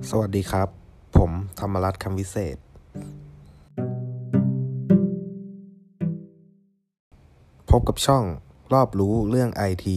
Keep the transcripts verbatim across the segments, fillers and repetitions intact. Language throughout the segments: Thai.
สวัสดีครับผมธรรมรัตน์คำวิเศษพบกับช่องรอบรู้เรื่อง ไอ ที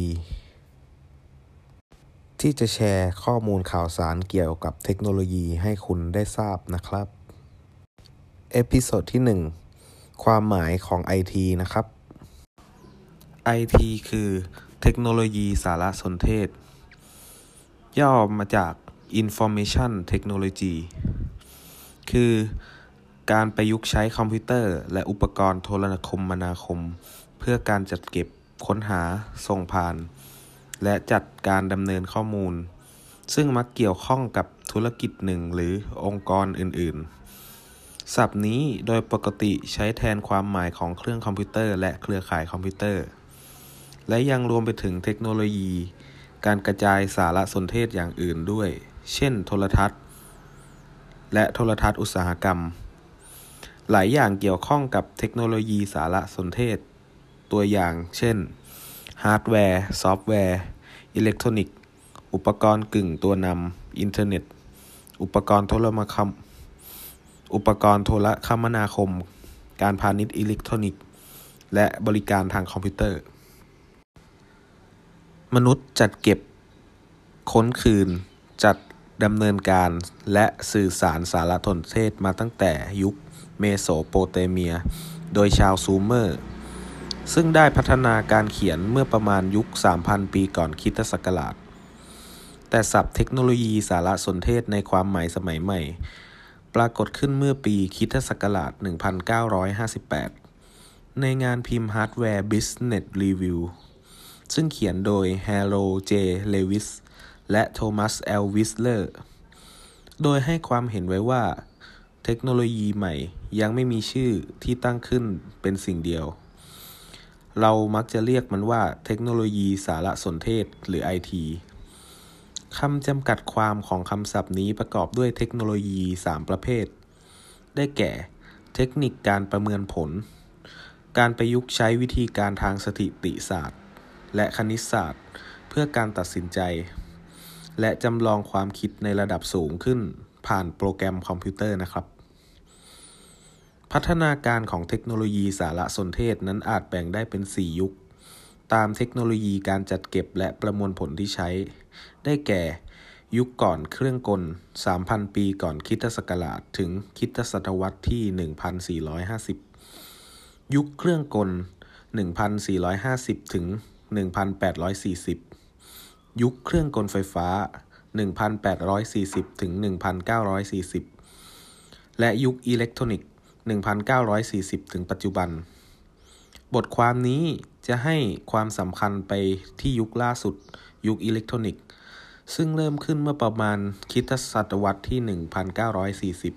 ที่จะแชร์ข้อมูลข่าวสารเกี่ยวกับเทคโนโลยีให้คุณได้ทราบนะครับเอพิโซดที่หนึ่งความหมายของ ไอ ที นะครับ ไอ ที คือเทคโนโลยีสารสนเทศย่อมาจาก Information Technology คือการประยุกต์ใช้คอมพิวเตอร์และอุปกรณ์โทรคมนาคมเพื่อการจัดเก็บค้นหาส่งผ่านและจัดการดำเนินข้อมูลซึ่งมักเกี่ยวข้องกับธุรกิจหนึ่งหรือองค์กรอื่นๆศัพท์นี้โดยปกติใช้แทนความหมายของเครื่องคอมพิวเตอร์และเครือข่ายคอมพิวเตอร์และยังรวมไปถึงเทคโนโลยีการกระจายสารสนเทศอย่างอื่นด้วยเช่นโทรทัศน์และโทรทัศน์อุตสาหกรรมหลายอย่างเกี่ยวข้องกับเทคโนโลยีสารสนเทศตัวอย่างเช่นฮาร์ดแวร์ซอฟต์แวร์อิเล็กทรอนิกส์อุปกรณ์กึ่งตัวนำอินเทอร์เน็ตอุปกรณ์โทรคมอุปกรณ์โทรคมนาคมการพาณิชย์อิเล็กทรอนิกส์และบริการทางคอมพิวเตอร์มนุษย์จัดเก็บค้นคืนจัดดำเนินการและสื่อสารสารสนเทศมาตั้งแต่ยุคเมโสโปเตเมียโดยชาวซูเมอร์ซึ่งได้พัฒนาการเขียนเมื่อประมาณยุค สามพัน ปีก่อนคริสตศักราชแต่ศัพท์เทคโนโลยีสารสนเทศในความหมายสมัยใหม่ปรากฏขึ้นเมื่อปีคริสตศักราช หนึ่งพันเก้าร้อยห้าสิบแปด ในงานพิมพ์ Hardware Business Review ซึ่งเขียนโดย Harold J. Lewis และ Thomas L. Whisler โดยให้ความเห็นไว้ว่าเทคโนโลยีใหม่ยังไม่มีชื่อที่ตั้งขึ้นเป็นสิ่งเดียวเรามักจะเรียกมันว่าเทคโนโลยีสารสนเทศหรือ ไอ ที คำจำกัดความของคำศัพท์นี้ประกอบด้วยเทคโนโลยีสามประเภทได้แก่เทคนิคการประเมินผลการประยุกต์ใช้วิธีการทางสถิติศาสตร์และคณิตศาสตร์เพื่อการตัดสินใจและจำลองความคิดในระดับสูงขึ้นผ่านโปรแกรมคอมพิวเตอร์นะครับพัฒนาการของเทคโนโลยีสารสนเทศนั้นอาจแบ่งได้เป็นสี่ยุคตามเทคโนโลยีการจัดเก็บและประมวลผลที่ใช้ได้แก่ยุคก่อนเครื่องกล สามพัน ปีก่อนคริสตศักราชถึงคริสตศตวรรษที่ หนึ่งพันสี่ร้อยห้าสิบ ยุคเครื่องกล หนึ่งพันสี่ร้อยห้าสิบ ถึง หนึ่งพันแปดร้อยสี่สิบ ยุคเครื่องกลไฟฟ้า หนึ่งพันแปดร้อยสี่สิบ ถึง หนึ่งพันเก้าร้อยสี่สิบ และยุคอิเล็กทรอนิกส์ หนึ่งพันเก้าร้อยสี่สิบ ถึงปัจจุบันบทความนี้จะให้ความสำคัญไปที่ยุคล่าสุดยุคอิเล็กทรอนิกส์ซึ่งเริ่มขึ้นเมื่อประมาณคริสตศตวรรษที่ หนึ่งพันเก้าร้อยสี่สิบ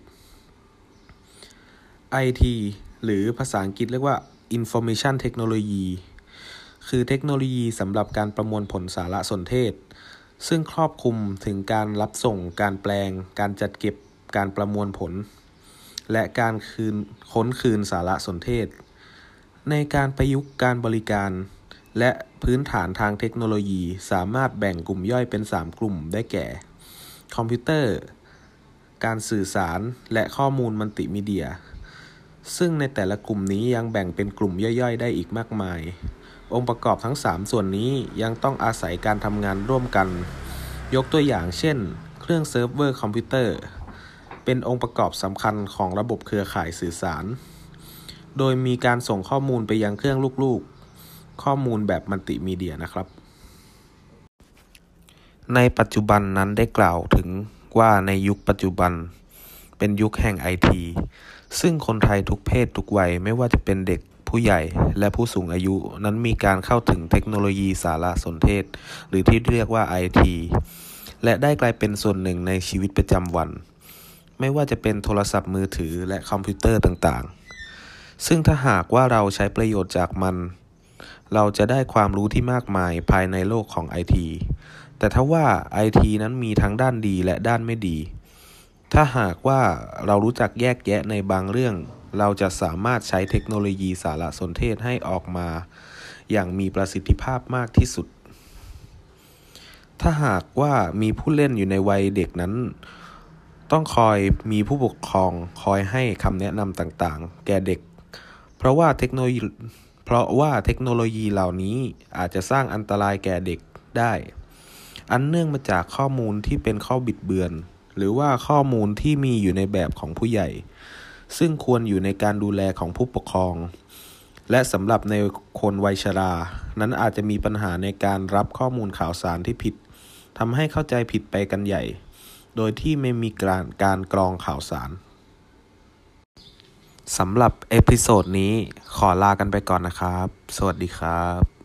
ไอ ที หรือภาษาอังกฤษเรียกว่า Information Technology คือเทคโนโลยีสำหรับการประมวลผลสารสนเทศซึ่งครอบคลุมถึงการรับส่งการแปลงการจัดเก็บการประมวลผลและการคืนค้นคืนสารสนเทศในการประยุกต์การบริการและพื้นฐานทางเทคโนโลยีสามารถแบ่งกลุ่มย่อยเป็นสามกลุ่มได้แก่คอมพิวเตอร์การสื่อสารและข้อมูลมัลติมีเดียซึ่งในแต่ละกลุ่มนี้ยังแบ่งเป็นกลุ่มย่อยๆได้อีกมากมายองค์ประกอบทั้งสามส่วนนี้ยังต้องอาศัยการทำงานร่วมกันยกตัวอย่างเช่นเครื่องเซิร์ฟเวอร์คอมพิวเตอร์เป็นองค์ประกอบสำคัญของระบบเครือข่ายสื่อสารโดยมีการส่งข้อมูลไปยังเครื่องลูกๆข้อมูลแบบมัลติมีเดียนะครับในปัจจุบันนั้นได้กล่าวถึงว่าในยุคปัจจุบันเป็นยุคแห่ง ไอ ที ซึ่งคนไทยทุกเพศทุกวัยไม่ว่าจะเป็นเด็กผู้ใหญ่และผู้สูงอายุนั้นมีการเข้าถึงเทคโนโลยีสารสนเทศหรือที่เรียกว่า ไอ ที และได้กลายเป็นส่วนหนึ่งในชีวิตประจำวันไม่ว่าจะเป็นโทรศัพท์มือถือและคอมพิวเตอร์ต่างๆซึ่งถ้าหากว่าเราใช้ประโยชน์จากมันเราจะได้ความรู้ที่มากมายภายในโลกของ ไอ ที แต่ถ้าว่า ไอ ที นั้นมีทั้งด้านดีและด้านไม่ดีถ้าหากว่าเรารู้จักแยกแยะในบางเรื่องเราจะสามารถใช้เทคโนโลยีสารสนเทศให้ออกมาอย่างมีประสิทธิภาพมากที่สุดถ้าหากว่ามีผู้เล่นอยู่ในวัยเด็กนั้นต้องคอยมีผู้ปกครองคอยให้คำแนะนำต่างๆแก่เด็กเพราะว่าเทคโนโลยีเพราะว่าเทคโนโลยีเหล่านี้อาจจะสร้างอันตรายแก่เด็กได้อันเนื่องมาจากข้อมูลที่เป็นข้อบิดเบือนหรือว่าข้อมูลที่มีอยู่ในแบบของผู้ใหญ่ซึ่งควรอยู่ในการดูแลของผู้ปกครองและสำหรับในคนวัยชรานั้นอาจจะมีปัญหาในการรับข้อมูลข่าวสารที่ผิดทำให้เข้าใจผิดไปกันใหญ่โดยที่ไม่มีการการกรองข่าวสารสำหรับเอพิโซดนี้ขอลากันไปก่อนนะครับสวัสดีครับ